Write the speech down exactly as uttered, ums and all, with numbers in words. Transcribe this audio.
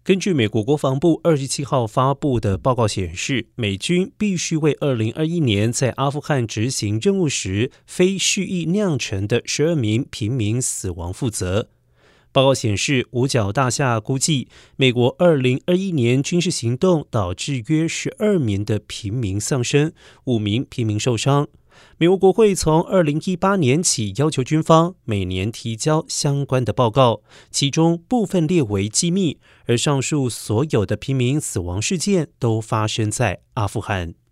根据美国国防部二十七号发布的报告显示，美军必须为二零二一年在阿富汗执行任务时非蓄意酿成的十二名平民死亡负责。报告显示，五角大厦估计，美国二零二一年军事行动导致约十二名的平民丧生，五名平民受伤。美国国会从二零一八年起要求军方每年提交相关的报告，其中部分列为机密，而上述所有的平民死亡事件都发生在阿富汗。